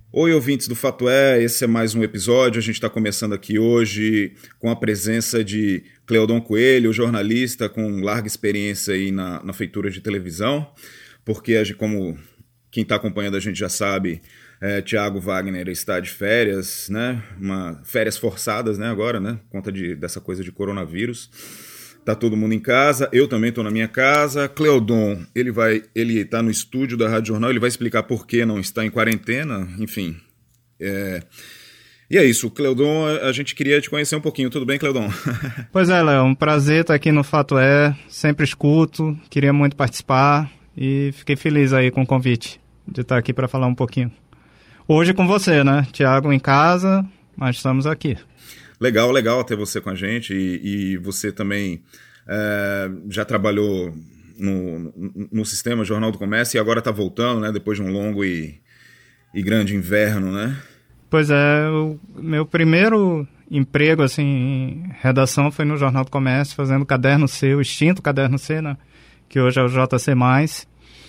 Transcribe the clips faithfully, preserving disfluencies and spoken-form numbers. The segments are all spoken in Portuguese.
Oi, ouvintes do Fato É, esse é mais um episódio. A gente está começando aqui hoje com a presença de Cleodon Coelho, jornalista com larga experiência aí na, na feitura de televisão, porque, a gente, como quem está acompanhando a gente já sabe, é, Thiago Wagner está de férias, né? Uma, férias forçadas, né, agora, né? Por conta de, dessa coisa de coronavírus. Tá todo mundo em casa, eu também estou na minha casa. Cleodon, ele vai, ele está no estúdio da Rádio Jornal, ele vai explicar por que não está em quarentena, enfim. É... E é isso, Cleodon, a gente queria te conhecer um pouquinho. Tudo bem, Cleodon? Pois é, Léo, um prazer estar aqui no Fato É, sempre escuto, queria muito participar e fiquei feliz aí com o convite de estar aqui para falar um pouquinho. Hoje com você, né? Thiago em casa, mas estamos aqui. Legal, legal ter você com a gente e, e você também é, já trabalhou no, no, no sistema Jornal do Comércio e agora está voltando, né? Depois de um longo e, e grande inverno, né? Pois é, o meu primeiro emprego assim, em redação foi no Jornal do Comércio, fazendo o Caderno C, o extinto Caderno C, né? Que hoje é o J C mais.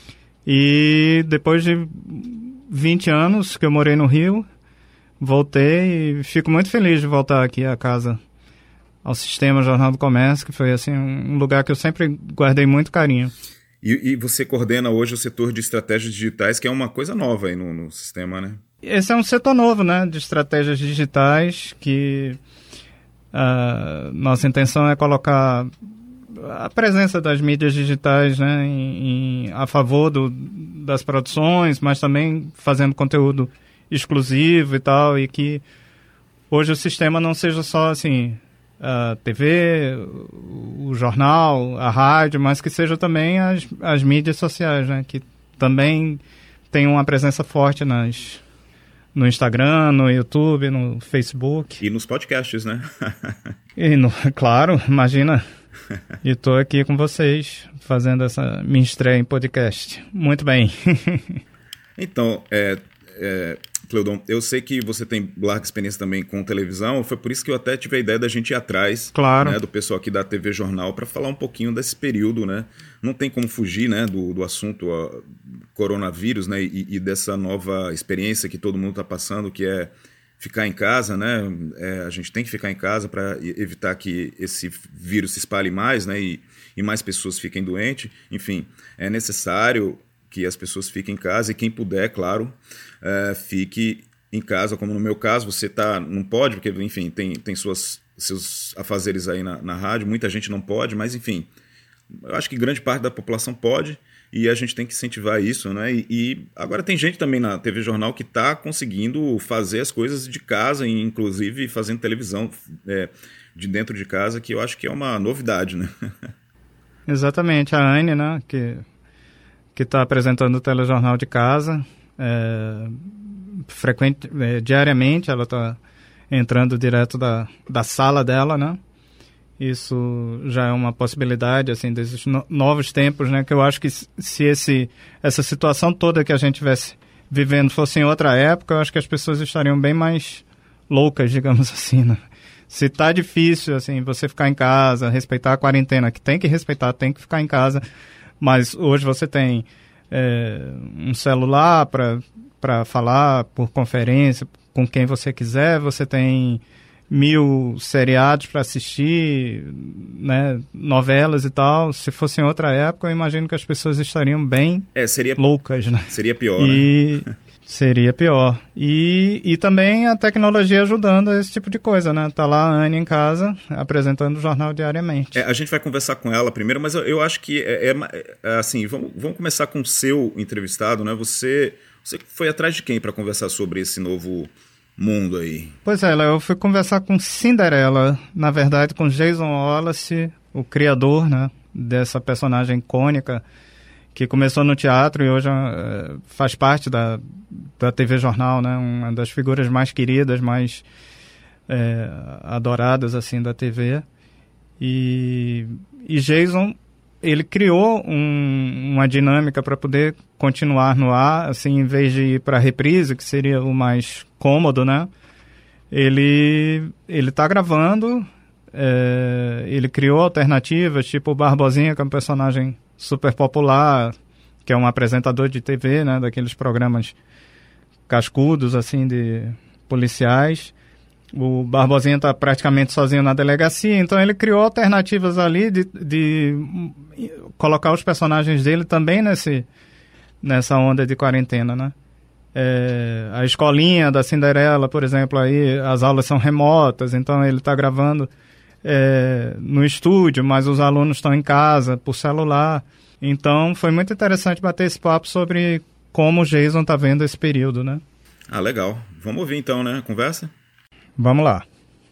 E depois de vinte anos que eu morei no Rio, voltei e fico muito feliz de voltar aqui à casa, ao Sistema Jornal do Comércio, que foi assim, um lugar que eu sempre guardei muito carinho. E, e você coordena hoje o setor de estratégias digitais, que é uma coisa nova aí no, no sistema, né? Esse é um setor novo, né, de estratégias digitais, que a nossa intenção é colocar a presença das mídias digitais, né, em, em, a favor do, das produções, mas também fazendo conteúdo exclusivo e tal, e que hoje o sistema não seja só assim a T V, o jornal, a rádio, mas que seja também as, as mídias sociais, né, que também tem uma presença forte nas, no Instagram, no YouTube, no Facebook. E nos podcasts, né? E no, claro, imagina. E estou aqui com vocês fazendo essa minha estreia em podcast. Muito bem. Então, é, é, Cleodon, eu sei que você tem larga experiência também com televisão, foi por isso que eu até tive a ideia da gente ir atrás, claro, né, do pessoal aqui da T V Jornal para falar um pouquinho desse período, né? Não tem como fugir, né, do, do assunto ó, coronavírus, né, e, e dessa nova experiência que todo mundo está passando, que é ficar em casa, né? É, a gente tem que ficar em casa para evitar que esse vírus se espalhe mais, né, e, e mais pessoas fiquem doentes. Enfim, é necessário que as pessoas fiquem em casa e quem puder, claro, é, fique em casa, como no meu caso, você tá, não pode, porque, enfim, tem, tem suas, seus afazeres aí na, na rádio, muita gente não pode, mas, enfim, eu acho que grande parte da população pode e a gente tem que incentivar isso, né? E, e agora tem gente também na T V Jornal que está conseguindo fazer as coisas de casa, inclusive fazendo televisão é, de dentro de casa, que eu acho que é uma novidade, né? Exatamente, a Anne, né, que que está apresentando o telejornal de casa, é, frequente, é, diariamente ela está entrando direto da, da sala dela, né? Isso já é uma possibilidade, assim, desses no, novos tempos, né? Que eu acho que se esse, essa situação toda que a gente estivesse vivendo fosse em outra época, eu acho que as pessoas estariam bem mais loucas, digamos assim, né? Se tá difícil, assim, você ficar em casa, respeitar a quarentena, que tem que respeitar, tem que ficar em casa, mas hoje você tem é, um celular para falar por conferência com quem você quiser, você tem mil seriados para assistir, né, novelas e tal. Se fosse em outra época, eu imagino que as pessoas estariam bem é, seria, loucas, né? Seria pior, e, né? Seria pior. E, e também a tecnologia ajudando esse tipo de coisa, né? Tá lá a Anne em casa, apresentando o jornal diariamente. É, a gente vai conversar com ela primeiro, mas eu, eu acho que, é, é, é assim, vamos, vamos começar com o seu entrevistado, né? Você, você foi atrás de quem para conversar sobre esse novo mundo aí? Pois é, eu fui conversar com Cinderela, na verdade com Jason Wallace, o criador, né, dessa personagem icônica, que começou no teatro e hoje é, faz parte da, da T V Jornal, né? Uma das figuras mais queridas, mais é, adoradas assim, da T V. E, e Jason, ele criou um, uma dinâmica para poder continuar no ar, assim, em vez de ir para a reprise, que seria o mais cômodo, né? Ele ele está gravando, é, ele criou alternativas, tipo o Barbosinha, que é um personagem super popular, que é um apresentador de T V, né, daqueles programas cascudos, assim, de policiais. O Barbosinha está praticamente sozinho na delegacia, então ele criou alternativas ali de, de colocar os personagens dele também nesse, nessa onda de quarentena, né? É, a escolinha da Cinderela, por exemplo, aí as aulas são remotas, então ele está gravando é, no estúdio, mas os alunos estão em casa, por celular. Então foi muito interessante bater esse papo sobre como o Jason está vendo esse período, né? Ah, legal. Vamos ouvir então, né? Conversa? Vamos lá.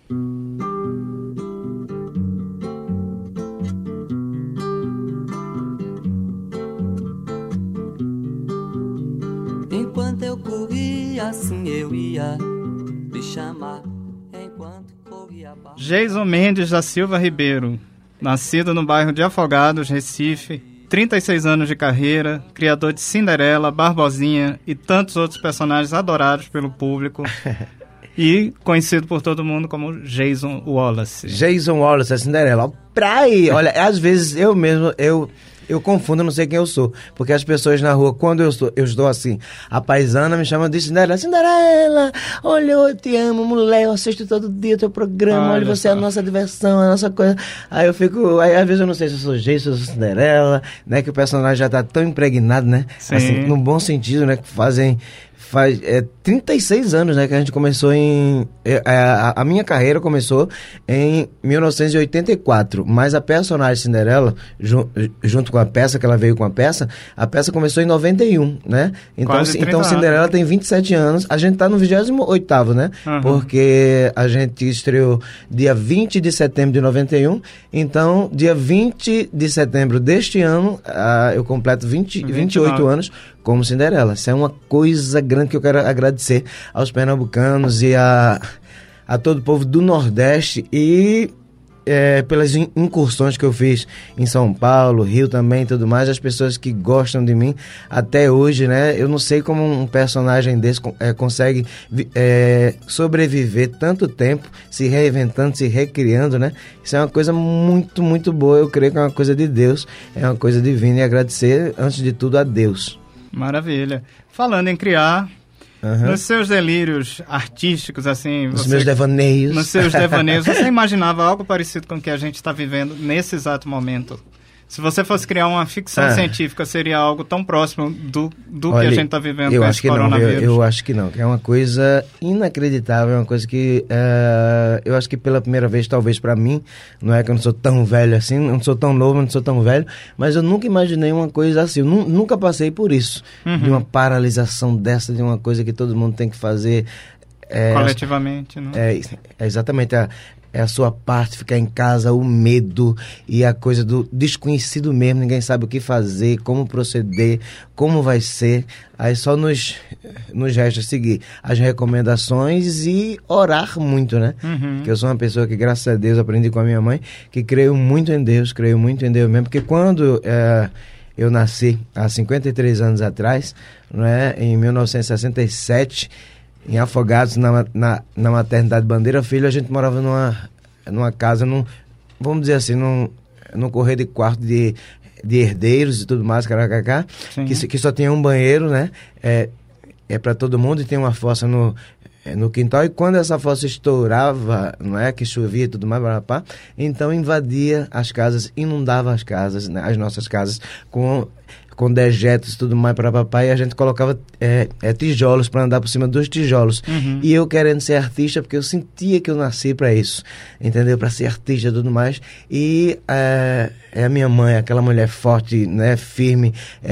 Enquanto eu corria, assim eu ia te chamar. Enquanto corria... Jason Mendes da Silva Ribeiro, nascido no bairro de Afogados, Recife, trinta e seis anos de carreira, criador de Cinderela, Barbosinha e tantos outros personagens adorados pelo público. E conhecido por todo mundo como Jason Wallace. Jason Wallace, a Cinderela. Pra aí, olha, às vezes eu mesmo, eu, eu confundo, não sei quem eu sou. Porque as pessoas na rua, quando eu estou, eu estou assim, a paisana me chama de Cinderela. Cinderela, olha, eu te amo, mulher, eu assisto todo dia o teu programa, olha, olha você só. É a nossa diversão, a nossa coisa. Aí eu fico, aí às vezes eu não sei se eu sou Jason, se eu sou Cinderela, né, que o personagem já tá tão impregnado, né? Sim. Assim, no bom sentido, né, que fazem... Faz é, trinta e seis anos, né, que a gente começou em... É, a, a minha carreira começou em mil novecentos e oitenta e quatro, mas a personagem Cinderela, ju, junto com a peça, que ela veio com a peça, a peça começou em noventa e um, né? Então, então Cinderela anos. Tem vinte e sete anos, a gente tá no vigésimo oitavo, né? Uhum. Porque a gente estreou dia vinte de setembro de noventa e um, então dia vinte de setembro deste ano, uh, eu completo vinte, vinte e oito anos como Cinderela. Isso é uma coisa grande que eu quero agradecer aos pernambucanos e a, a todo o povo do Nordeste e é, pelas incursões que eu fiz em São Paulo, Rio também e tudo mais, as pessoas que gostam de mim até hoje, né? Eu não sei como um personagem desse é, consegue é, sobreviver tanto tempo, se reinventando, se recriando, né? Isso é uma coisa muito, muito boa. Eu creio que é uma coisa de Deus, é uma coisa divina, e agradecer, antes de tudo, a Deus. Maravilha. Falando em criar, uhum. nos seus delírios artísticos, assim... Nos você, meus devaneios. Nos seus devaneios, você imaginava algo parecido com o que a gente está vivendo nesse exato momento? Se você fosse criar uma ficção ah. científica, seria algo tão próximo do, do Olha, que a gente está vivendo com esse coronavírus? Não, eu, eu acho que não, que é uma coisa inacreditável, é uma coisa que uh, eu acho que pela primeira vez, talvez para mim, não é que eu não sou tão velho assim, não sou tão novo, não sou tão velho, mas eu nunca imaginei uma coisa assim, eu nu, nunca passei por isso, uhum. de uma paralisação dessa, de uma coisa que todo mundo tem que fazer... É, coletivamente, né? É, é exatamente a... É a sua parte, ficar em casa, o medo e a coisa do desconhecido mesmo, ninguém sabe o que fazer, como proceder, como vai ser. Aí só nos, nos resta seguir as recomendações e orar muito, né? Uhum. Porque eu sou uma pessoa que, graças a Deus, aprendi com a minha mãe, que creio muito em Deus, creio muito em Deus mesmo, porque quando é, eu nasci, há cinquenta e três anos atrás, não é, em mil novecentos e sessenta e sete... em Afogados, na, na, na maternidade Bandeira Filho, a gente morava numa, numa casa, num, vamos dizer assim, num, num correio de quarto de, de herdeiros e tudo mais, caracacá, que, que só tinha um banheiro, né? É, é para todo mundo, e tem uma fossa no, no quintal, e quando essa fossa estourava, não é, que chovia e tudo mais, blá, então invadia as casas, inundava as casas, né, as nossas casas, com... com dejetos e tudo mais para papai, e a gente colocava é, é, tijolos para andar por cima dos tijolos. Uhum. E eu querendo ser artista, porque eu sentia que eu nasci para isso, entendeu? Para ser artista e tudo mais. E é, é a minha mãe, aquela mulher forte, né, firme,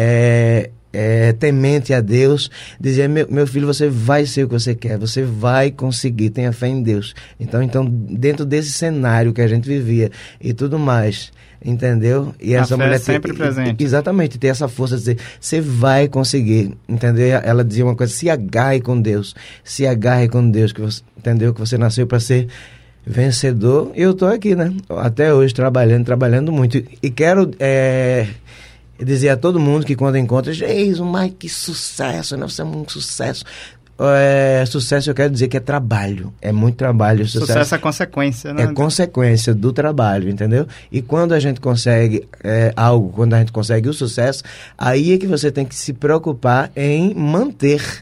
é, é, temente a Deus, dizia, meu, meu filho, você vai ser o que você quer, você vai conseguir, tenha fé em Deus. Então, então dentro desse cenário que a gente vivia e tudo mais... Entendeu? E a essa fé mulher é sempre ter, presente. Exatamente, ter essa força de dizer, você vai conseguir, entendeu? Ela dizia uma coisa, se agarre com Deus, se agarre com Deus, que você, entendeu? Que você nasceu para ser vencedor. E eu tô aqui, né? Até hoje, trabalhando, trabalhando muito. E quero é, dizer a todo mundo que quando encontra, Jason, mas que sucesso, né? Você é um sucesso. É, sucesso eu quero dizer que é trabalho, é muito trabalho. Sucesso, sucesso é consequência, né? É consequência do trabalho, entendeu? E quando a gente consegue é, algo, quando a gente consegue o sucesso, aí é que você tem que se preocupar em manter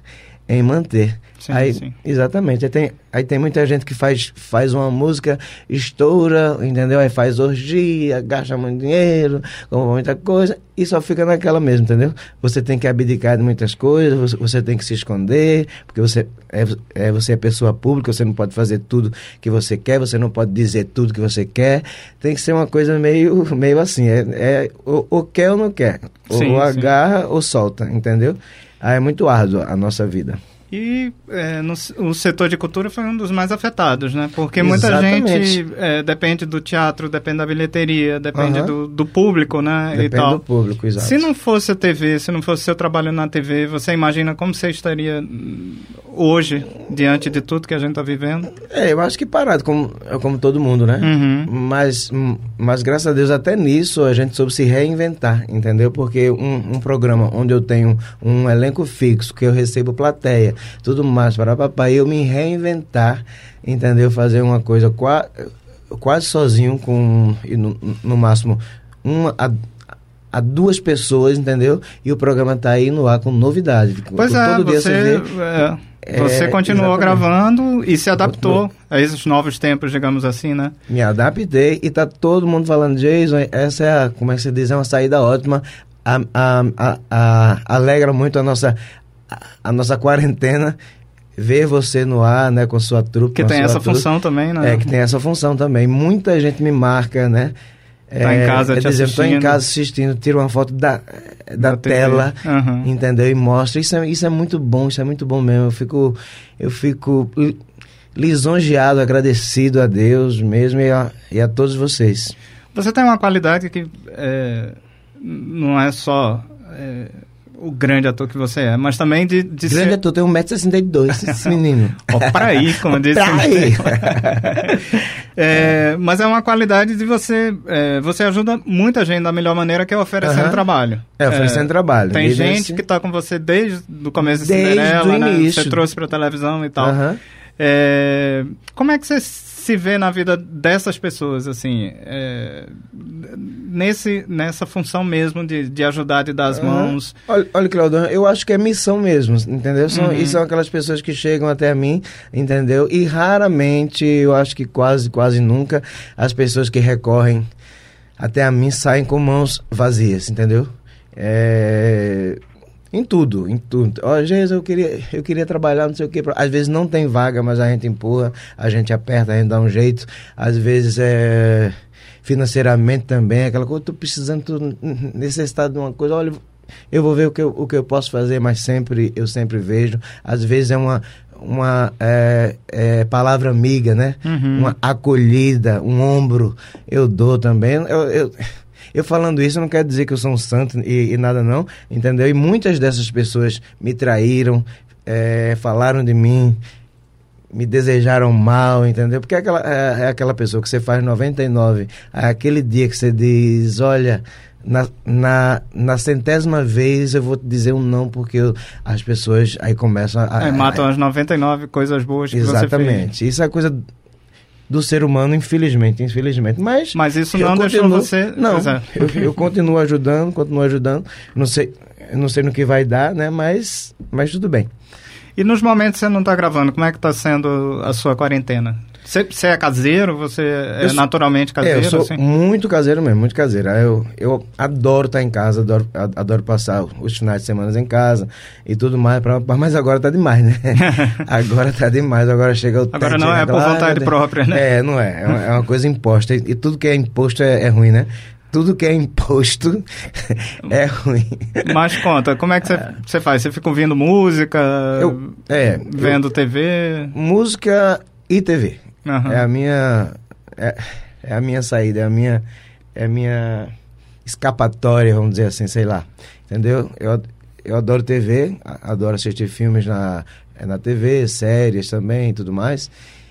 em manter. Sim, aí, sim. Exatamente. Aí tem, aí tem muita gente que faz, faz uma música, estoura, entendeu? Aí faz orgia, gasta muito dinheiro, compra muita coisa e só fica naquela mesmo, entendeu? Você tem que abdicar de muitas coisas, você, você tem que se esconder, porque você é, é, você é pessoa pública, você não pode fazer tudo que você quer, você não pode dizer tudo que você quer. Tem que ser uma coisa meio, meio assim, é, é ou, ou quer ou não quer, Sim, ou sim. agarra ou solta, entendeu? Aí é muito árduo a nossa vida. E é, no, o setor de cultura foi um dos mais afetados, né? Porque muita Exatamente. gente é, depende do teatro, depende da bilheteria, depende Aham. do, do público, né? Depende e tal. do público, exato. Se não fosse a T V, se não fosse seu trabalho na T V, você imagina como você estaria hum, hoje, diante de tudo que a gente está vivendo? É, eu acho que parado, como, como todo mundo, né? Uhum. Mas, mas, graças a Deus, até nisso a gente soube se reinventar, entendeu? Porque um, um programa onde eu tenho um elenco fixo, que eu recebo plateia, tudo mais para papai, eu me reinventar, entendeu? Fazer uma coisa qua, quase sozinho, com e no, no máximo uma a, a duas pessoas, entendeu? E o programa tá aí no ar com novidade. Pois com, é, todo dia você, você vê, é, você é, continuou exatamente. gravando e se adaptou Continuo. a esses novos tempos, digamos assim, né? Me adaptei e tá todo mundo falando, Jason, essa é a, como é que se diz, é uma saída ótima, a, a, a, a, alegra muito a nossa, a, a nossa quarentena, ver você no ar, né, com sua trupe. Que com tem sua essa trupe. função também, né? É, que tem essa função também. Muita gente me marca, né? Tá é, em casa é te dizendo, tô em assistindo. casa assistindo, tira uma foto da, da, Da T V. tela, Uhum. entendeu? E mostra. Isso é, isso é muito bom, isso é muito bom mesmo. Eu fico, eu fico li- lisonjeado, agradecido a Deus mesmo e a, e a todos vocês. Você tem uma qualidade que é, não é só é, o grande ator que você é, mas também de, de Grande ser... ator, tem um metro e sessenta e dois, esse menino. Ó, pra aí, como disse. Pra aí. É, mas é uma qualidade de você... É, você ajuda muita gente da melhor maneira, que é oferecendo Aham. trabalho. É, oferecendo trabalho. Tem E gente nesse- que está com você desde o começo de Desde Cinderela, o né? início. Você trouxe para televisão e tal. Aham. É, como é que você se vê na vida dessas pessoas, assim, é, nesse, nessa função mesmo de, de ajudar, de dar as Aham. mãos? Olha, olha, Claudão, eu acho que é missão mesmo, entendeu? São, Uhum. E são aquelas pessoas que chegam até mim, entendeu? E raramente, eu acho que quase, quase nunca, as pessoas que recorrem até a mim saem com mãos vazias, entendeu? É... Em tudo, em tudo. Ó, Jesus, eu queria, eu queria trabalhar, não sei o quê. Às vezes não tem vaga, mas a gente empurra, a gente aperta, a gente dá um jeito. Às vezes é financeiramente também, aquela coisa, eu tô precisando, tô necessitado de uma coisa, olha, eu vou ver o que eu, o que eu posso fazer, mas sempre, eu sempre vejo. Às vezes é uma, uma é, é, palavra amiga, né? Uhum. Uma acolhida, um ombro, eu dou também. Eu... eu Eu falando isso, não quer dizer que eu sou um santo e, e nada não, entendeu? E muitas dessas pessoas me traíram, é, falaram de mim, me desejaram mal, entendeu? Porque é aquela, é, é aquela pessoa que você faz noventa e nove, é aquele dia que você diz, olha, na, na, na centésima vez eu vou te dizer um não, porque eu, as pessoas aí começam a... É, a matam a, as noventa e nove coisas boas que você fez. exatamente. Isso é coisa do ser humano, infelizmente, infelizmente. Mas, Mas isso eu não deixou continuo- você... Não, Pois é. eu, eu continuo ajudando, continuo ajudando. Não sei, não sei no que vai dar, né? Mas, mas tudo bem. E nos momentos que você não está gravando, como é que está sendo a sua quarentena? Você, você é caseiro? Você é Eu sou- naturalmente É, caseiro? eu sou assim? muito caseiro mesmo, muito caseiro. Aí Eu, eu adoro estar em casa, adoro, a- adoro passar os finais de semana em casa e tudo mais. Pra, mas agora tá demais, né? Agora tá demais, agora chega o Agora tempo, não chega é por lá, vontade né? própria, né? É, não é. É uma, é uma coisa imposta. E, e tudo que é imposto é, é ruim, né? Tudo que é imposto é ruim. Mas conta, como é que você, você faz? Você fica ouvindo música, Eu, é, vendo eu- T V? música e T V. Aham. É a minha é, é a minha saída, é a minha é a minha escapatória, vamos dizer assim, sei lá. Entendeu? Eu, eu adoro T V, a- adoro assistir filmes na na T V, séries também e tudo mais.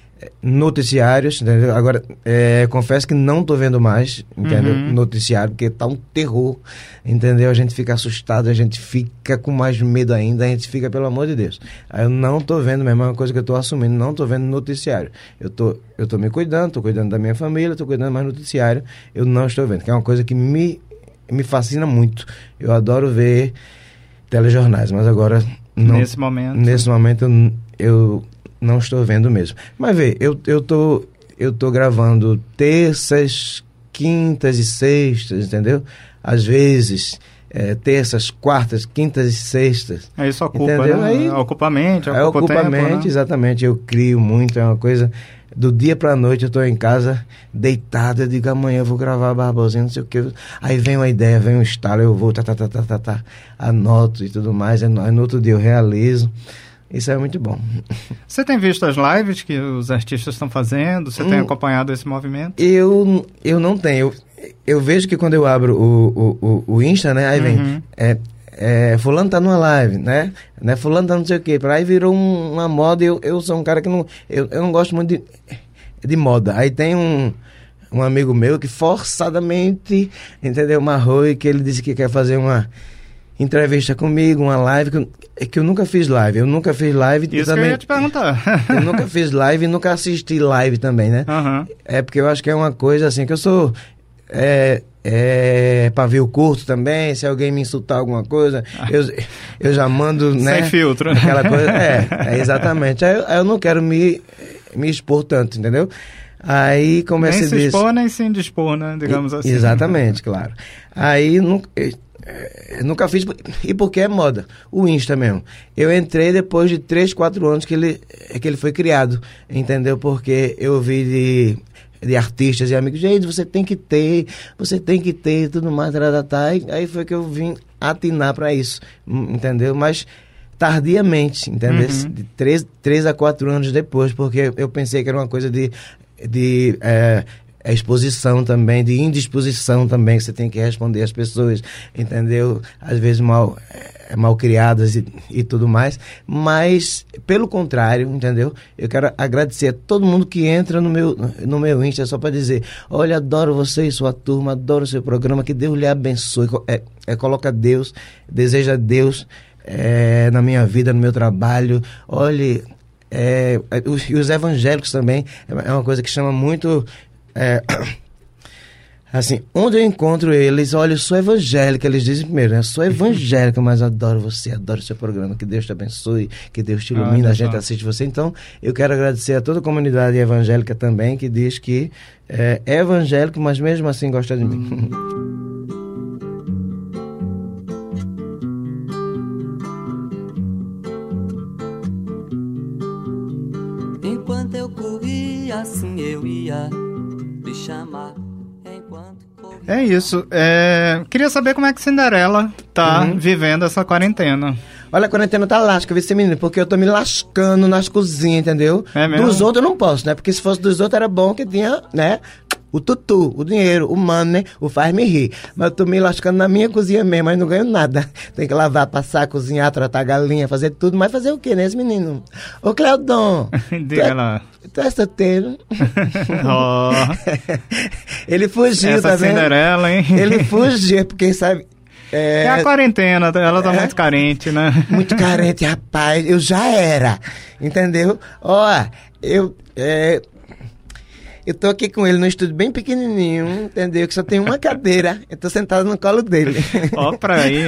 Noticiários, entendeu? Agora, é, confesso que não tô vendo mais, entendeu? Uhum. Noticiário, porque tá um terror, entendeu? A gente fica assustado, a gente fica com mais medo ainda, a gente fica, pelo amor de Deus. Aí eu não tô vendo mesmo, é uma coisa que eu tô assumindo, não tô vendo noticiário. Eu tô, eu tô me cuidando, tô cuidando da minha família, tô cuidando mais noticiário, eu não estou vendo, que é uma coisa que me, me fascina muito. Eu adoro ver telejornais, mas agora não, nesse momento? Nesse momento eu, eu não estou vendo mesmo. Mas vê, eu, eu, tô, eu tô gravando terças, quintas e sextas, entendeu? Às vezes... É, terças, quartas, quintas e sextas. Aí isso ocupa, né? Aí, ocupa a mente, ocupa, ocupa o tempo, a mente, né? Exatamente. Eu crio muito, é uma coisa... Do dia pra noite eu tô em casa, deitado, eu digo, amanhã eu vou gravar Barbosinha, não sei o que. Aí vem uma ideia, vem um estalo, eu vou, tá, tá, tá, tá, tá, tá, anoto e tudo mais, aí no outro dia eu realizo. Isso é muito bom. Você tem visto as lives que os artistas estão fazendo? Você hum, tem acompanhado esse movimento? Eu, eu não tenho. Eu, eu vejo que quando eu abro o, o, o, o Insta, né? Aí vem, uhum. é, é, fulano tá numa live, né? né? Fulano tá não sei o quê. Aí virou um, uma moda e eu, eu sou um cara que não... Eu, eu não gosto muito de, de moda. Aí tem um, um amigo meu que forçadamente, entendeu? Marrou e que ele disse que quer fazer uma... entrevista comigo, uma live, que eu, é que eu nunca fiz live, eu nunca fiz live. Isso também, que eu ia te perguntar. Eu nunca fiz live e nunca assisti live também, né? Uhum. É porque eu acho que é uma coisa assim, que eu sou é, é, pavio curto também, se alguém me insultar alguma coisa, eu, eu já mando, né? Sem filtro. Aquela coisa, é, é exatamente. Aí eu, aí eu não quero me, me expor tanto, entendeu? Aí, como nem se se diz... expor, nem se indispor, né? Digamos e, assim. Exatamente, claro. Aí, não... Eu nunca fiz, e porque é moda, o Insta mesmo. Eu entrei depois de três, quatro anos que ele, que ele foi criado, entendeu? Porque eu vi de, de artistas e amigos, gente, você tem que ter, você tem que ter, tudo mais, tá, aí, aí foi que eu vim atinar para isso, entendeu? Mas tardiamente, entendeu? Uhum. De três, três a quatro anos depois, porque eu pensei que era uma coisa de... de é, é exposição também, de indisposição também, que você tem que responder às pessoas, entendeu? Às vezes mal, é, mal criadas e, e tudo mais, mas, pelo contrário, entendeu? Eu quero agradecer a todo mundo que entra no meu, no meu Insta só para dizer, olha, adoro você e sua turma, adoro o seu programa, que Deus lhe abençoe, é, é, coloca Deus, deseja Deus é, na minha vida, no meu trabalho, olhe, é, os, e os evangélicos também, é uma coisa que chama muito... É, assim, onde eu encontro eles, olha, eu sou evangélica, eles dizem primeiro, né? Eu sou evangélica, mas adoro você, adoro o seu programa, que Deus te abençoe, que Deus te ilumine, ah, a gente assiste você. Então, eu quero agradecer a toda a comunidade evangélica também, que diz que é, é evangélico, mas mesmo assim gosta de mim. Enquanto eu corria, assim eu ia chamar enquanto... É isso. É... Queria saber como é que Cinderela tá uhum. vivendo essa quarentena. Olha, a quarentena tá lasca, viu, menino? Porque eu tô me lascando nas cozinhas, entendeu? É mesmo? Dos outros eu não posso, né? Porque se fosse dos outros era bom que tinha, né? O tutu, o dinheiro, o money, o faz-me rir. Mas eu tô me lascando na minha cozinha mesmo, mas não ganho nada. Tem que lavar, passar, cozinhar, tratar a galinha, fazer tudo. Mas fazer o quê, né, esse menino? Ô, Cleodon. Diga é, lá. Tu é solteiro? Oh. Ele fugiu, essa tá vendo? Cinderela, hein? Ele fugiu, porque sabe... É, é a quarentena, ela tá é, muito carente, né? Muito carente, rapaz. Eu já era, entendeu? Ó, eu... É, eu tô aqui com ele no estúdio bem pequenininho, entendeu? Que só tem uma cadeira. Eu tô sentado no colo dele. Ó, pra aí.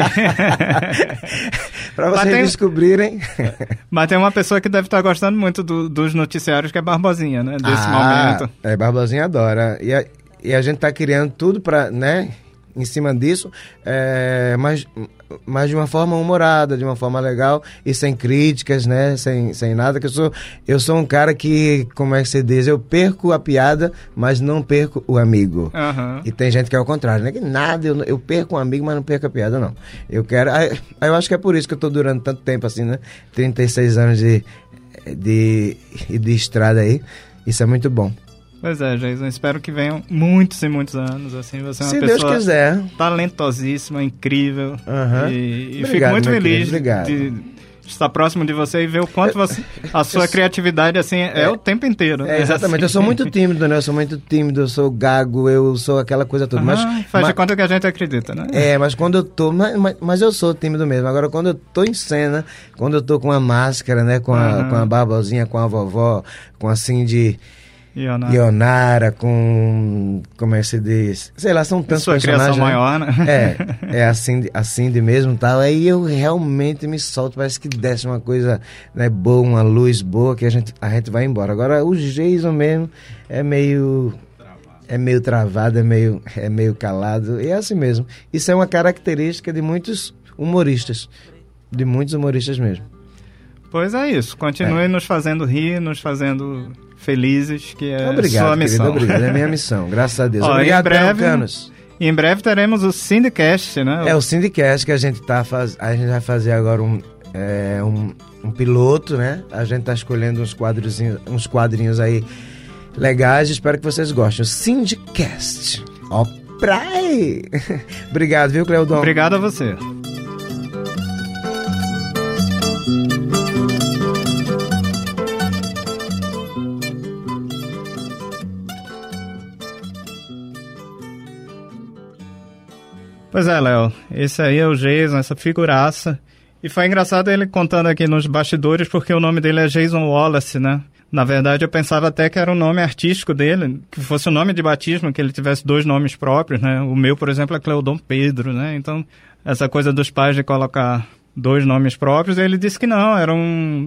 Pra vocês tem... descobrirem. Mas tem uma pessoa que deve estar gostando muito do, dos noticiários, que é Barbosinha, né? Desse ah, momento. É, Barbosinha adora. E a, e a gente tá criando tudo pra, né? Em cima disso, é, mas, mas de uma forma humorada, de uma forma legal e sem críticas, né? Sem, sem nada, que eu sou, eu sou um cara que, como é que se diz, eu perco a piada, mas não perco o amigo. Uhum. E tem gente que é o contrário, né? Que nada, eu, eu perco um amigo, mas não perco a piada, não. Eu quero... Aí, aí eu acho que é por isso que eu tô durando tanto tempo assim, né? trinta e seis anos de, de, de estrada aí. Isso é muito bom. Pois é, Jason, espero que venham muitos e muitos anos, assim, você é uma Se pessoa Deus quiser. Talentosíssima, incrível, uhum. e, e Obrigado, fico muito feliz de estar próximo de você e ver o quanto você, a sua eu, criatividade, assim, é, é o tempo inteiro. É, exatamente, assim. Eu sou muito tímido, né, eu sou muito tímido, eu sou gago, eu sou aquela coisa toda, uhum, mas... Faz mas, de conta que a gente acredita, né? É, mas quando eu tô, mas, mas, mas eu sou tímido mesmo, agora quando eu tô em cena, quando eu tô com a máscara, né, com a, uhum. com a barbosinha, com a vovó, com assim de... Ionara. Ionara, com... como é que se diz? Sei lá, são tantos Sua personagens. criação né? maior, né? É, é assim, assim de mesmo e tal. Aí eu realmente me solto, parece que desce uma coisa, né, boa, uma luz boa, que a gente, a gente vai embora. Agora, o Jason mesmo é meio... É meio travado, é meio, é meio calado. E é assim mesmo. Isso é uma característica de muitos humoristas. De muitos humoristas mesmo. Pois é isso. Continue É. nos fazendo rir, nos fazendo felizes, que é Obrigado, sua missão. querido, obrigado. É minha missão, graças a Deus. Ó, Obrigado, em breve, Canos. Em breve teremos o Syndicast, né? É o Syndicast que a gente tá faz... a gente vai fazer agora um, é, um, um piloto, né? A gente tá escolhendo uns quadrozinhos, uns quadrinhos aí legais. Espero que vocês gostem. O Syndicast. Ó, praia! Obrigado, viu, Cleudon? Obrigado a você. Pois é, Léo, esse aí é o Jason, essa figuraça. E foi engraçado ele contando aqui nos bastidores, porque o nome dele é Jason Wallace, né? Na verdade, eu pensava até que era o nome artístico dele, que fosse o nome de batismo, que ele tivesse dois nomes próprios, né? O meu, por exemplo, é Cleudon Pedro, né? Então, essa coisa dos pais de colocar dois nomes próprios, ele disse que não, era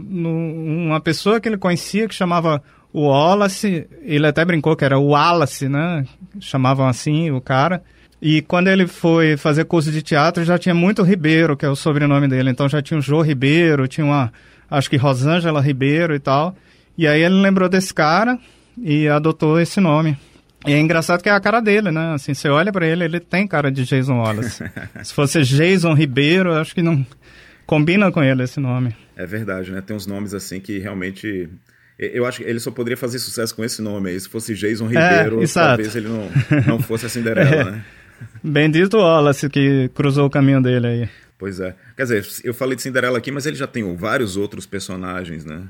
um, uma pessoa que ele conhecia que chamava Wallace, ele até brincou que era o Wallace, né? Chamavam assim o cara. E quando ele foi fazer curso de teatro, já tinha muito Ribeiro, que é o sobrenome dele. Então já tinha o Jô Ribeiro, tinha uma, acho que Rosângela Ribeiro e tal. E aí ele lembrou desse cara e adotou esse nome. E é engraçado que é a cara dele, né? Assim, você olha pra ele, ele tem cara de Jason Wallace. Se fosse Jason Ribeiro, acho que não combina com ele esse nome. É verdade, né? Tem uns nomes assim que realmente... Eu acho que ele só poderia fazer sucesso com esse nome aí. Se fosse Jason Ribeiro, é, talvez ele não, não fosse a Cinderela, é. né? Bendito Wallace que cruzou o caminho dele aí. Pois é. Quer dizer, eu falei de Cinderela aqui, mas ele já tem vários outros personagens, né?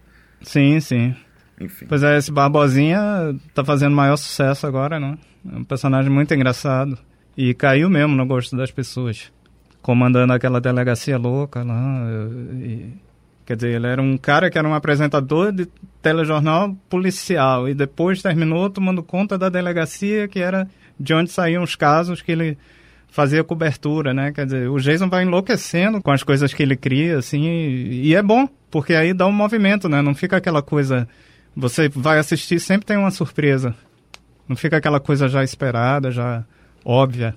Sim, sim. Enfim. Pois é, esse Barbosinha tá fazendo maior sucesso agora, né? É um personagem muito engraçado. E caiu mesmo no gosto das pessoas. Comandando aquela delegacia louca lá. E, quer dizer, ele era um cara que era um apresentador de telejornal policial. E depois terminou tomando conta da delegacia, que era de onde saíam os casos que ele fazia cobertura, né? Quer dizer, o Jason vai enlouquecendo com as coisas que ele cria, assim, e, e é bom, porque aí dá um movimento, né? Não fica aquela coisa... Você vai assistir, sempre tem uma surpresa. Não fica aquela coisa já esperada, já óbvia.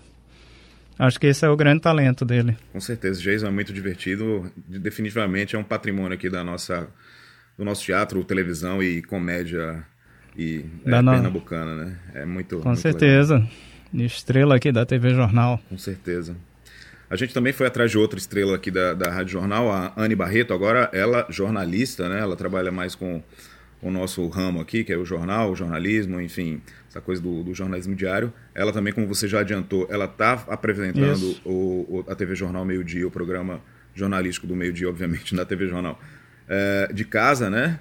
Acho que esse é o grande talento dele. Com certeza, Jason é muito divertido, definitivamente é um patrimônio aqui da nossa, do nosso teatro, televisão e comédia e é, pernambucana, né? É muito Com muito certeza. Legal. Estrela aqui da T V Jornal. Com certeza. A gente também foi atrás de outra estrela aqui da, da Rádio Jornal, a Anne Barreto. Agora ela jornalista, né? Ela trabalha mais com o nosso ramo aqui, que é o jornal, o jornalismo, enfim, essa coisa do, do jornalismo diário. Ela também, como você já adiantou, ela está apresentando o, o, a T V Jornal Meio Dia, o programa jornalístico do Meio Dia, obviamente, na T V Jornal, é, de casa, né?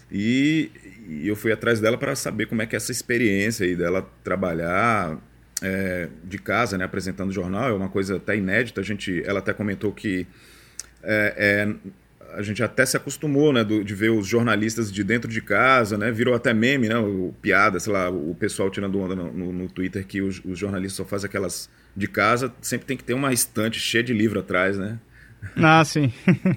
E, e eu fui atrás dela para saber como é que é essa experiência aí dela trabalhar é, de casa, né? Apresentando o jornal. É uma coisa até inédita. A gente, ela até comentou que é, é, a gente até se acostumou, né, do, de ver os jornalistas de dentro de casa, né? Virou até meme, né? O, piada, sei lá, o pessoal tirando onda no, no, no Twitter que os, os jornalistas só fazem aquelas de casa. Sempre tem que ter uma estante cheia de livro atrás, né? Ah, sim.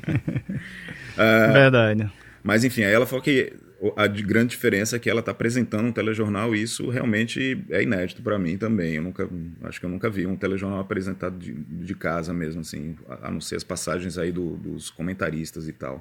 ah, Verdade. Mas, enfim, aí ela falou que a grande diferença é que ela está apresentando um telejornal e isso realmente é inédito para mim também. Eu nunca, acho que eu nunca vi um telejornal apresentado de, de casa mesmo, assim, a não ser as passagens aí do, dos comentaristas e tal.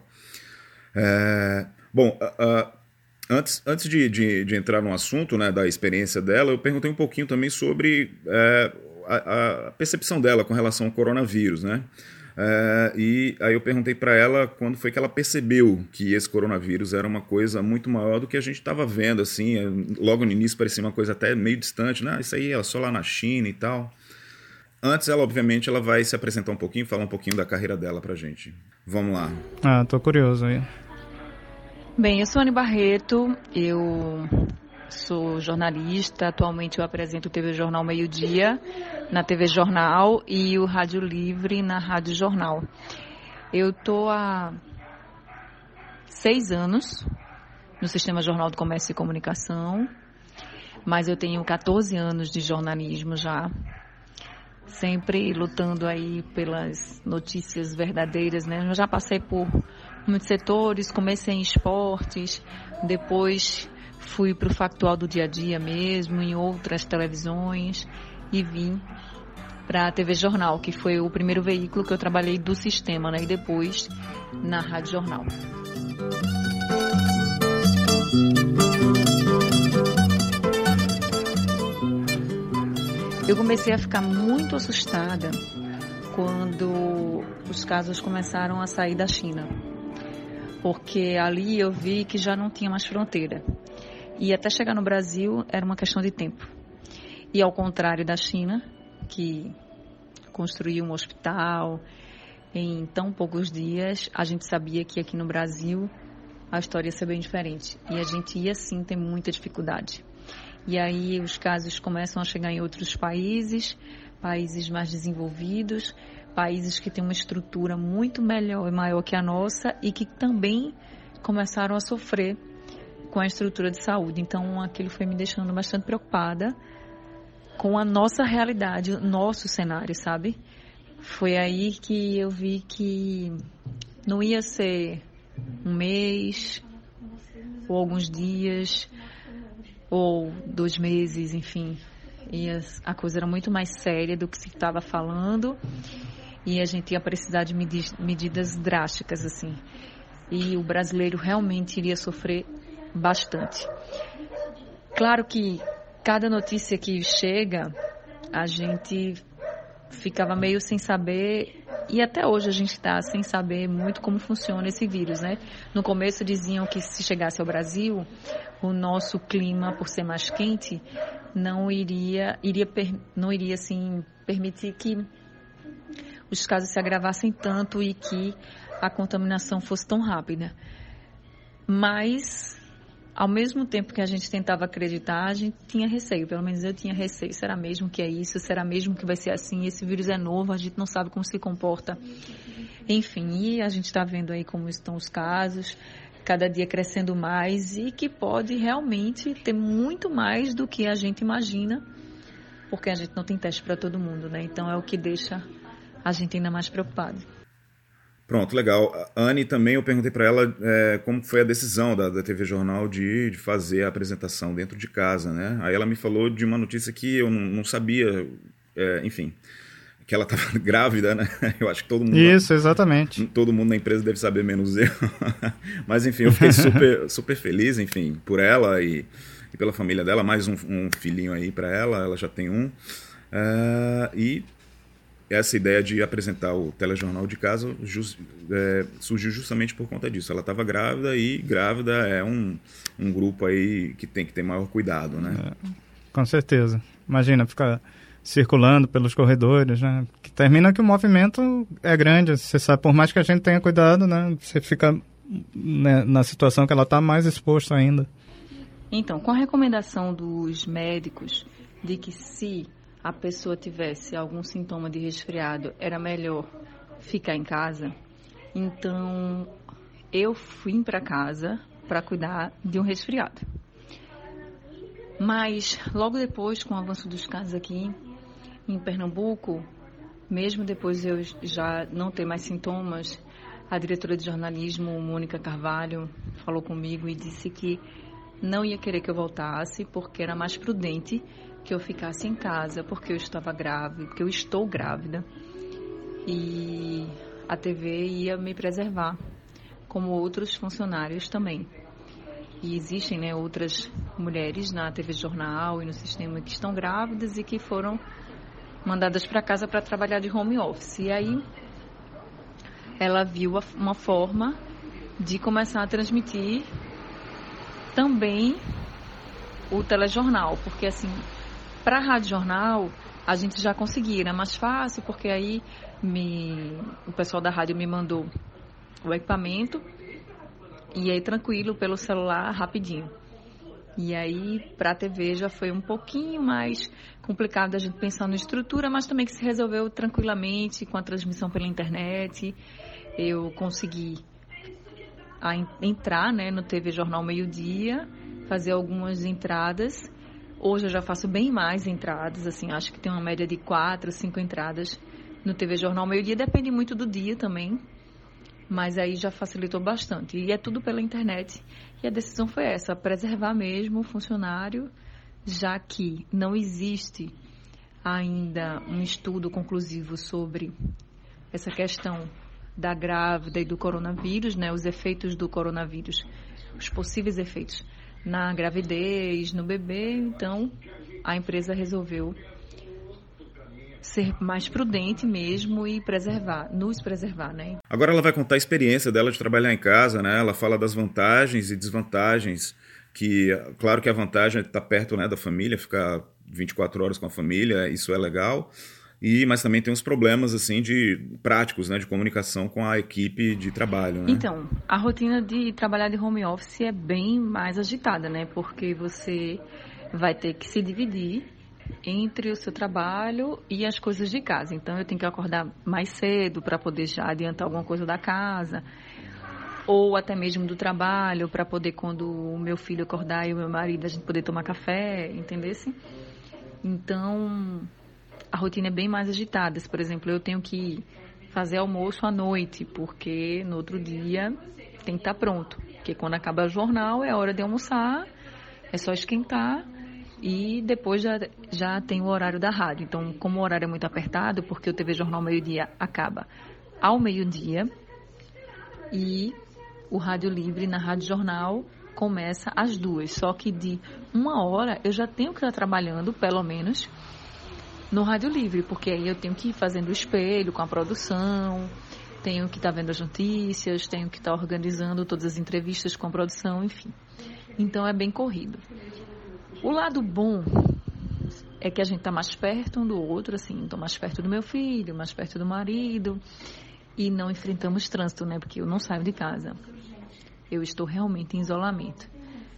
É, bom, uh, uh, antes, antes de, de, de entrar no assunto, né, da experiência dela, eu perguntei um pouquinho também sobre é, a, a percepção dela com relação ao coronavírus, né? É, e aí eu perguntei para ela quando foi que ela percebeu que esse coronavírus era uma coisa muito maior do que a gente estava vendo, assim, logo no início parecia uma coisa até meio distante, né? Isso aí é só lá na China e tal. Antes ela, obviamente, ela vai se apresentar um pouquinho, falar um pouquinho da carreira dela pra gente. Vamos lá. Ah, tô curioso aí. Bem, eu sou Anne Barreto, eu sou jornalista, atualmente eu apresento o T V Jornal Meio Dia na T V Jornal e o Rádio Livre na Rádio Jornal. Eu estou há seis anos no Sistema Jornal do Comércio e Comunicação, mas eu tenho quatorze anos de jornalismo já, sempre lutando aí pelas notícias verdadeiras, né? Eu já passei por muitos setores, comecei em esportes, depois fui para o factual do dia a dia mesmo, em outras televisões, e vim para a T V Jornal, que foi o primeiro veículo que eu trabalhei do sistema, né? E depois na Rádio Jornal. Eu comecei a ficar muito assustada quando os casos começaram a sair da China, porque ali eu vi que já não tinha mais fronteira. E até chegar no Brasil era uma questão de tempo. E ao contrário da China, que construiu um hospital em tão poucos dias, a gente sabia que aqui no Brasil a história ia ser bem diferente. E a gente ia sim ter muita dificuldade. E aí os casos começam a chegar em outros países, países mais desenvolvidos, países que têm uma estrutura muito melhor e maior que a nossa e que também começaram a sofrer com a estrutura de saúde. Então aquilo foi me deixando bastante preocupada com a nossa realidade, o nosso cenário, sabe? Foi aí que eu vi que não ia ser um mês ou alguns dias ou dois meses, enfim. E a coisa era muito mais séria do que se estava falando e a gente ia precisar de medidas drásticas, assim. E o brasileiro realmente iria sofrer bastante. Claro que cada notícia que chega, a gente ficava meio sem saber, e até hoje a gente está sem saber muito como funciona esse vírus, né? No começo diziam que se chegasse ao Brasil, o nosso clima, por ser mais quente, não iria, iria, não iria assim, permitir que os casos se agravassem tanto e que a contaminação fosse tão rápida. Mas, ao mesmo tempo que a gente tentava acreditar, a gente tinha receio, pelo menos eu tinha receio. Será mesmo que é isso? Será mesmo que vai ser assim? Esse vírus é novo, a gente não sabe como se comporta. Enfim, e a gente está vendo aí como estão os casos, cada dia crescendo mais e que pode realmente ter muito mais do que a gente imagina, porque a gente não tem teste para todo mundo, né? Então é o que deixa a gente ainda mais preocupado. Pronto, legal. A Anne também, eu perguntei para ela é, como foi a decisão da, da T V Jornal de, de fazer a apresentação dentro de casa, né? Aí ela me falou de uma notícia que eu não, não sabia, é, enfim, que ela estava grávida, né? Eu acho que todo mundo... Isso, exatamente. Todo mundo na empresa deve saber, menos eu. Mas, enfim, eu fiquei super, super feliz, enfim, por ela e, e pela família dela. Mais um, um filhinho aí para ela, ela já tem um. Uh, e... Essa ideia de apresentar o telejornal de casa just, é, surgiu justamente por conta disso. Ela estava grávida e grávida é um, um grupo aí que tem que ter maior cuidado, né? É, com certeza. Imagina, ficar circulando pelos corredores, né? Que termina que o movimento é grande. Você sabe, por mais que a gente tenha cuidado, né? Você fica, né, na situação que ela está mais exposta ainda. Então, com a recomendação dos médicos de que se a pessoa tivesse algum sintoma de resfriado, era melhor ficar em casa. Então, eu fui para casa para cuidar de um resfriado. Mas, logo depois, com o avanço dos casos aqui em Pernambuco, mesmo depois de eu já não ter mais sintomas, a diretora de jornalismo, Mônica Carvalho, falou comigo e disse que não ia querer que eu voltasse, porque era mais prudente que eu ficasse em casa, porque eu estava grávida, porque eu estou grávida. E a T V ia me preservar, como outros funcionários também. E existem, né, outras mulheres na T V Jornal e no sistema que estão grávidas e que foram mandadas para casa para trabalhar de home office. E aí ela viu uma forma de começar a transmitir também o telejornal, porque assim, para a Rádio Jornal, a gente já conseguia, era mais fácil, porque aí me, o pessoal da rádio me mandou o equipamento e aí tranquilo, pelo celular, rapidinho. E aí, para a T V já foi um pouquinho mais complicado a gente pensar na estrutura, mas também que se resolveu tranquilamente com a transmissão pela internet. Eu consegui a entrar, né, no T V Jornal Meio-Dia, fazer algumas entradas. Hoje eu já faço bem mais entradas, assim, acho que tem uma média de quatro, cinco entradas no T V Jornal Meio-Dia, depende muito do dia também, mas aí já facilitou bastante. E é tudo pela internet. E a decisão foi essa, preservar mesmo o funcionário, já que não existe ainda um estudo conclusivo sobre essa questão da grávida e do coronavírus, né, os efeitos do coronavírus, os possíveis efeitos na gravidez, no bebê. Então, a empresa resolveu ser mais prudente mesmo e preservar, nos preservar, né? Agora ela vai contar a experiência dela de trabalhar em casa, né? Ela fala das vantagens e desvantagens, que, claro que a vantagem é estar perto, né, da família, ficar vinte e quatro horas com a família, isso é legal. E, mas também tem uns problemas assim de práticos, né, de comunicação com a equipe de trabalho, né? Então, a rotina de trabalhar de home office é bem mais agitada, né? Porque você vai ter que se dividir entre o seu trabalho e as coisas de casa. Então, eu tenho que acordar mais cedo para poder já adiantar alguma coisa da casa, ou até mesmo do trabalho, para poder, quando o meu filho acordar e o meu marido, a gente poder tomar café, entendesse? Então, a rotina é bem mais agitada. Por exemplo, eu tenho que fazer almoço à noite, porque no outro dia tem que estar pronto. Porque quando acaba o jornal, é hora de almoçar, é só esquentar e depois já, já tem o horário da rádio. Então, como o horário é muito apertado, porque o T V Jornal Meio-Dia acaba ao meio-dia e o Rádio Livre na Rádio Jornal começa às duas. Só que de uma hora eu já tenho que estar trabalhando, pelo menos, no Rádio Livre, porque aí eu tenho que ir fazendo o espelho com a produção, tenho que estar vendo as notícias, tenho que estar organizando todas as entrevistas com a produção, enfim. Então é bem corrido. O lado bom é que a gente está mais perto um do outro, assim, estou mais perto do meu filho, mais perto do marido, e não enfrentamos trânsito, né? Porque eu não saio de casa. Eu estou realmente em isolamento.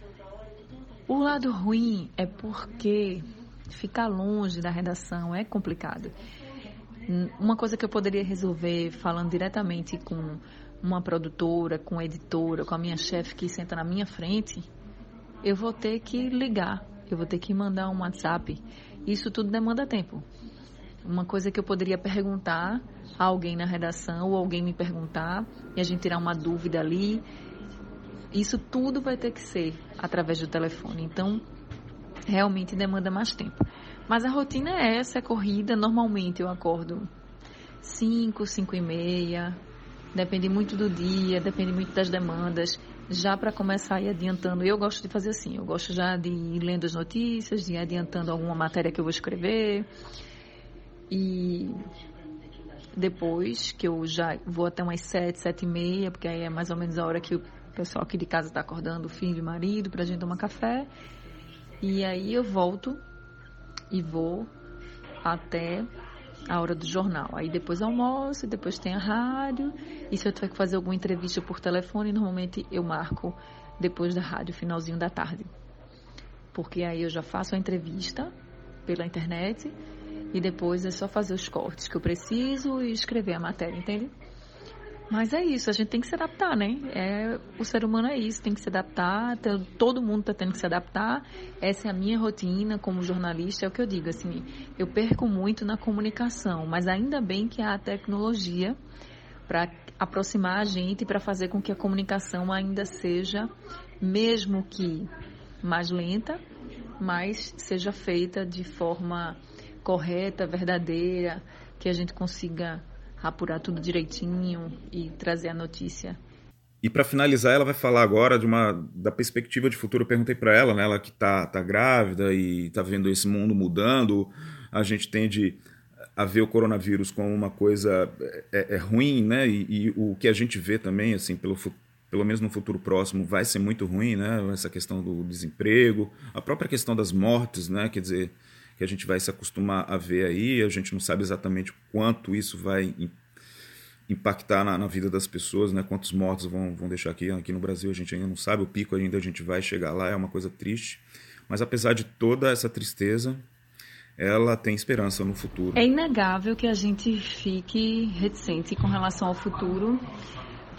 O lado ruim é porque ficar longe da redação é complicado. Uma coisa que eu poderia resolver falando diretamente com uma produtora, com a editora, com a minha chefe que senta na minha frente, eu vou ter que ligar, eu vou ter que mandar um WhatsApp. Isso tudo demanda tempo. Uma coisa que eu poderia perguntar a alguém na redação ou alguém me perguntar e a gente tirar uma dúvida ali, isso tudo vai ter que ser através do telefone. Então, realmente demanda mais tempo. Mas a rotina é essa, é corrida. Normalmente eu acordo cinco, cinco e meia. Depende muito do dia, depende muito das demandas. Já para começar a ir adiantando, eu gosto de fazer assim. Eu gosto já de ir lendo as notícias, de ir adiantando alguma matéria que eu vou escrever. E depois que eu já vou até umas sete, sete e meia, porque aí é mais ou menos a hora que o pessoal aqui de casa está acordando, o filho e o marido, para a gente tomar café. E aí eu volto e vou até a hora do jornal. Aí depois almoço, depois tem a rádio. E se eu tiver que fazer alguma entrevista por telefone, normalmente eu marco depois da rádio, finalzinho da tarde. Porque aí eu já faço a entrevista pela internet e depois é só fazer os cortes que eu preciso e escrever a matéria, entende? Mas é isso, a gente tem que se adaptar, né? É, o ser humano é isso, tem que se adaptar, todo mundo está tendo que se adaptar. Essa é a minha rotina como jornalista, é o que eu digo, assim, eu perco muito na comunicação, mas ainda bem que há a tecnologia para aproximar a gente, para fazer com que a comunicação ainda seja, mesmo que mais lenta, mas seja feita de forma correta, verdadeira, que a gente consiga apurar tudo direitinho e trazer a notícia. E para finalizar, ela vai falar agora de uma da perspectiva de futuro. Eu perguntei para ela, né, ela que tá, tá grávida e tá vendo esse mundo mudando. A gente tende a ver o coronavírus como uma coisa é, é ruim, né? E, e o que a gente vê também, assim, pelo, pelo menos no futuro próximo, vai ser muito ruim, né? Essa questão do desemprego, a própria questão das mortes, né? Quer dizer, que a gente vai se acostumar a ver aí, a gente não sabe exatamente quanto isso vai impactar na, na vida das pessoas, né? Quantos mortos vão, vão deixar aqui. Aqui no Brasil a gente ainda não sabe, o pico ainda a gente vai chegar lá, é uma coisa triste. Mas apesar de toda essa tristeza, ela tem esperança no futuro. É inegável que a gente fique reticente com relação ao futuro,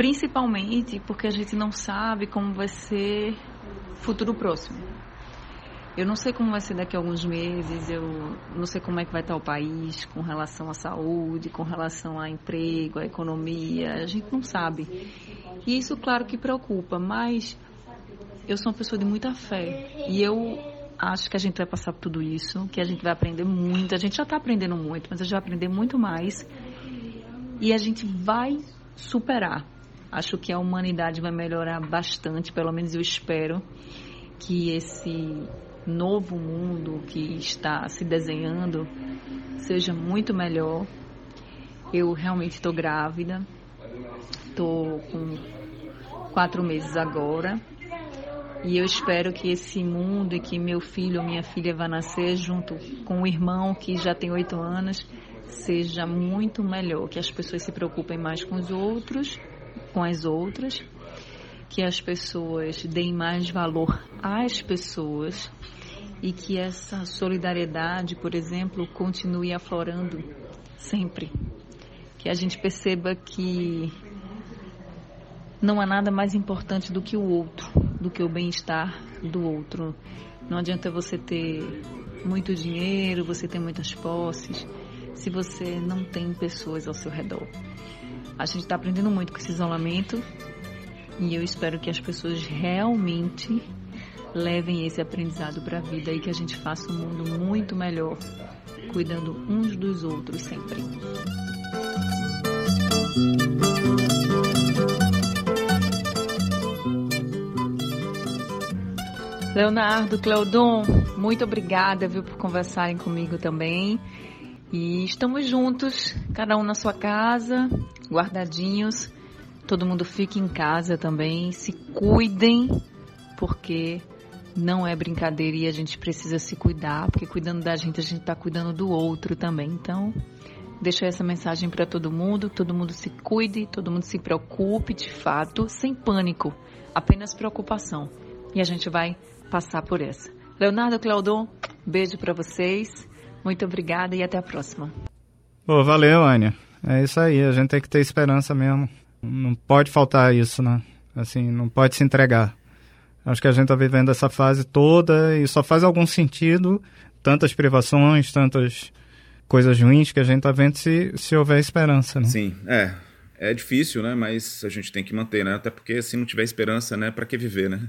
principalmente porque a gente não sabe como vai ser o futuro próximo. Eu não sei como vai ser daqui a alguns meses, eu não sei como é que vai estar o país com relação à saúde, com relação a emprego, à economia, a gente não sabe. E isso, claro que preocupa, mas eu sou uma pessoa de muita fé e eu acho que a gente vai passar por tudo isso, que a gente vai aprender muito, a gente já está aprendendo muito, mas a gente vai aprender muito mais e a gente vai superar. Acho que a humanidade vai melhorar bastante, pelo menos eu espero que esse novo mundo que está se desenhando seja muito melhor. Eu realmente estou grávida, estou com quatro meses agora e eu espero que esse mundo e que meu filho ou minha filha vai nascer junto com o irmão que já tem oito anos seja muito melhor, que as pessoas se preocupem mais com os outros, com as outras, que as pessoas deem mais valor às pessoas e que essa solidariedade, por exemplo, continue aflorando sempre. Que a gente perceba que não há nada mais importante do que o outro, do que o bem-estar do outro. Não adianta você ter muito dinheiro, você ter muitas posses, se você não tem pessoas ao seu redor. A gente está aprendendo muito com esse isolamento e eu espero que as pessoas realmente levem esse aprendizado para a vida e que a gente faça um mundo muito melhor, cuidando uns dos outros sempre. Leonardo, Cleodon, muito obrigada, viu, por conversarem comigo também. E estamos juntos, cada um na sua casa, guardadinhos. Todo mundo fique em casa também, se cuidem, porque não é brincadeira e a gente precisa se cuidar, porque cuidando da gente, a gente está cuidando do outro também. Então, deixo essa mensagem para todo mundo, todo mundo se cuide, todo mundo se preocupe de fato, sem pânico, apenas preocupação. E a gente vai passar por essa. Leonardo, Cleodon, beijo para vocês, muito obrigada e até a próxima. Pô, valeu, Ania. É isso aí, a gente tem que ter esperança mesmo. Não pode faltar isso, né? Assim, não pode se entregar. Acho que a gente está vivendo essa fase toda e só faz algum sentido tantas privações, tantas coisas ruins que a gente está vendo se, se houver esperança, né? Sim, é. É difícil, né? Mas a gente tem que manter, né? Até porque se não tiver esperança, né? Para que viver, né?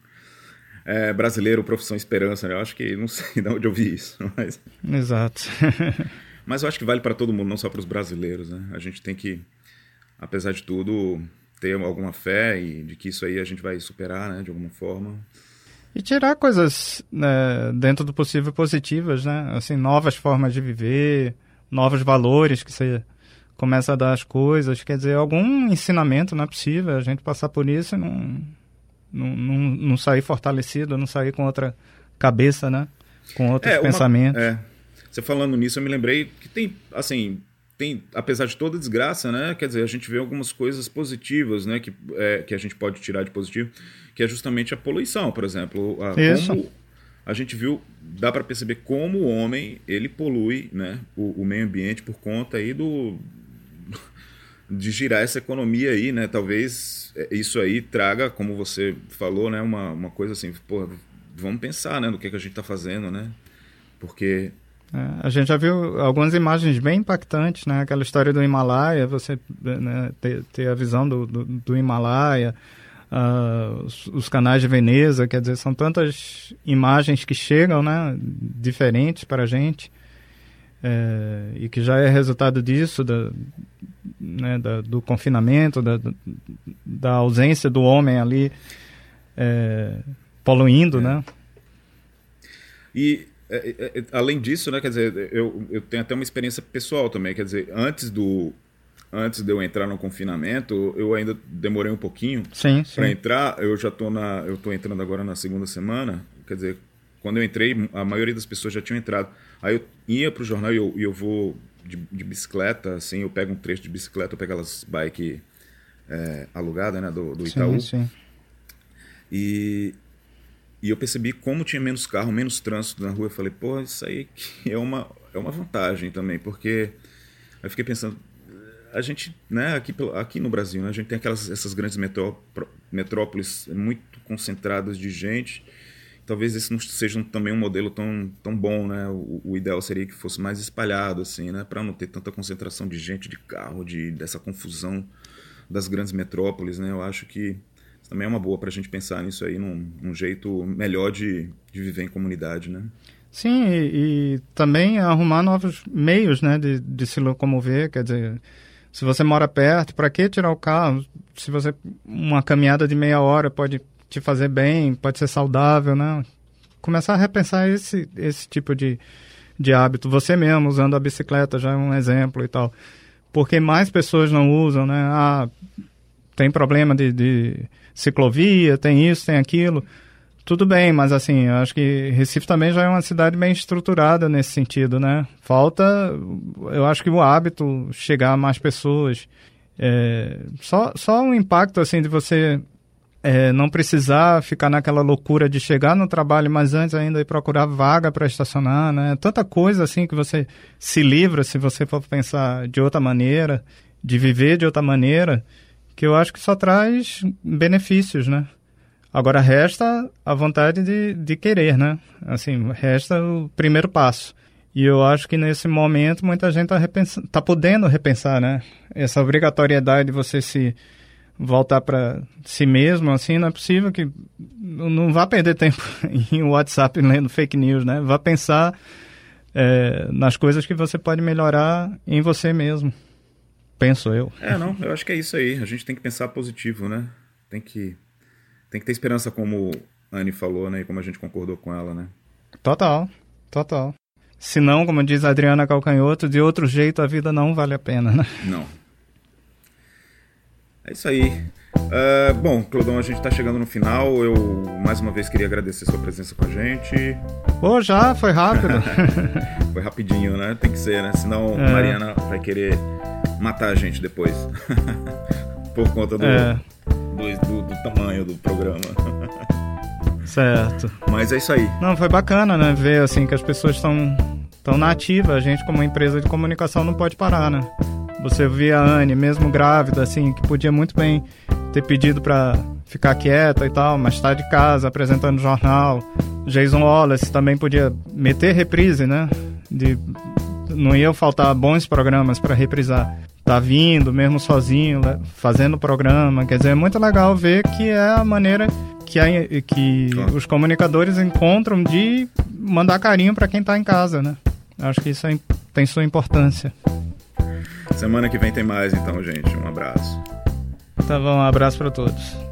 É, brasileiro, profissão esperança, né? Eu acho que não sei de onde eu vi isso. Mas... Exato. Mas eu acho que vale para todo mundo, não só para os brasileiros, né? A gente tem que, apesar de tudo, ter alguma fé e de que isso aí a gente vai superar, né? De alguma forma. E tirar coisas, né, dentro do possível positivas, né? Assim, novas formas de viver, novos valores que você começa a dar às coisas. Quer dizer, algum ensinamento, não é possível a gente passar por isso e não, não, não, não sair fortalecido, não sair com outra cabeça, né? Com outros é, uma, pensamentos. É. Você falando nisso, eu me lembrei que tem, assim... Tem, apesar de toda desgraça, né? Quer dizer, a gente vê algumas coisas positivas, né? Que, é, que a gente pode tirar de positivo, que é justamente a poluição, por exemplo. A, Isso. Como a gente viu, dá para perceber como o homem, ele polui, né? O, o meio ambiente por conta aí do... de girar essa economia aí, né? Talvez isso aí traga, como você falou, né? Uma, uma coisa assim, pô, vamos pensar, né? No que, que a gente está fazendo, né? Porque... É, a gente já viu algumas imagens bem impactantes, né? Aquela história do Himalaia, você, né, ter, ter a visão do, do, do Himalaia, uh, os, os canais de Veneza, quer dizer, são tantas imagens que chegam, né, diferentes para a gente, é, e que já é resultado disso, da, né, da, do confinamento, da, da ausência do homem ali é, poluindo, é. né? E É, é, além disso, né, quer dizer, eu, eu tenho até uma experiência pessoal também, quer dizer, antes, do, antes de eu entrar no confinamento, eu ainda demorei um pouquinho para entrar, eu já estou na, eu tô entrando agora na segunda semana, quer dizer, quando eu entrei, a maioria das pessoas já tinham entrado, aí eu ia para o jornal e eu, eu vou de, de bicicleta, assim, eu pego um trecho de bicicleta, eu pego aquelas bike é, alugadas, né, do, do Itaú, sim, sim. e... E eu percebi como tinha menos carro, menos trânsito na rua. Eu falei, pô, isso aí é uma, é uma vantagem também, porque eu fiquei pensando, a gente, né, aqui, aqui no Brasil, né, a gente tem aquelas, essas grandes metró, metrópoles muito concentradas de gente. Talvez esse não seja também um modelo tão, tão bom, né? O, o ideal seria que fosse mais espalhado, assim, né? Para não ter tanta concentração de gente, de carro, de, dessa confusão das grandes metrópoles, né? Eu acho que isso também é uma boa para a gente pensar nisso aí, num, num jeito melhor de, de viver em comunidade, né? Sim, e, e também arrumar novos meios, né, de, de se locomover, quer dizer, se você mora perto, para que tirar o carro? Se você, uma caminhada de meia hora pode te fazer bem, pode ser saudável, né? Começar a repensar esse, esse tipo de, de hábito. Você mesmo, usando a bicicleta, já é um exemplo e tal. Porque mais pessoas não usam, né? Ah, tem problema de, de ciclovia, tem isso, tem aquilo. Tudo bem, mas assim, eu acho que Recife também já é uma cidade bem estruturada nesse sentido, né? Falta, eu acho que o hábito chegar a mais pessoas. É, só, só um impacto, assim, de você é, não precisar ficar naquela loucura de chegar no trabalho, mas antes ainda ir procurar vaga para estacionar, né? Tanta coisa, assim, que você se livra, se você for pensar de outra maneira, de viver de outra maneira, que eu acho que só traz benefícios, né? Agora resta a vontade de, de querer, né? Assim, resta o primeiro passo. E eu acho que nesse momento muita gente está repensa- tá podendo repensar, né? Essa obrigatoriedade de você se voltar para si mesmo, assim, não é possível que... Não vá perder tempo em WhatsApp lendo fake news, né? Vá pensar é, nas coisas que você pode melhorar em você mesmo. Penso eu. É, não, eu acho que é isso aí. A gente tem que pensar positivo, né? Tem que... Tem que ter esperança, como a Anne falou, né? E como a gente concordou com ela, né? Total, total. Se não, como diz a Adriana Calcanhoto, de outro jeito a vida não vale a pena, né? Não. É isso aí. Uh, bom, Clodão, a gente está chegando no final. Eu, mais uma vez, queria agradecer a sua presença com a gente. Pô, já? Foi rápido. Foi rapidinho, né? Tem que ser, né? Senão é. a Mariana vai querer matar a gente depois. Por conta do... É. Do, do, do tamanho do programa. Certo. Mas é isso aí. Não, foi bacana, né? Ver assim que as pessoas estão tão na ativa. A gente, como empresa de comunicação, não pode parar, né? Você via a Anne, mesmo grávida, assim, que podia muito bem ter pedido pra ficar quieta e tal, mas tá de casa, apresentando jornal. Jason Wallace também podia meter reprise, né? De, não ia faltar bons programas para reprisar. Tá vindo, mesmo sozinho, fazendo programa. Quer dizer, é muito legal ver que é a maneira que, a, que claro. Os comunicadores encontram de mandar carinho para quem tá em casa, né? Acho que isso é, tem sua importância. Semana que vem tem mais, então, gente. Um abraço. Tá bom, um abraço para todos.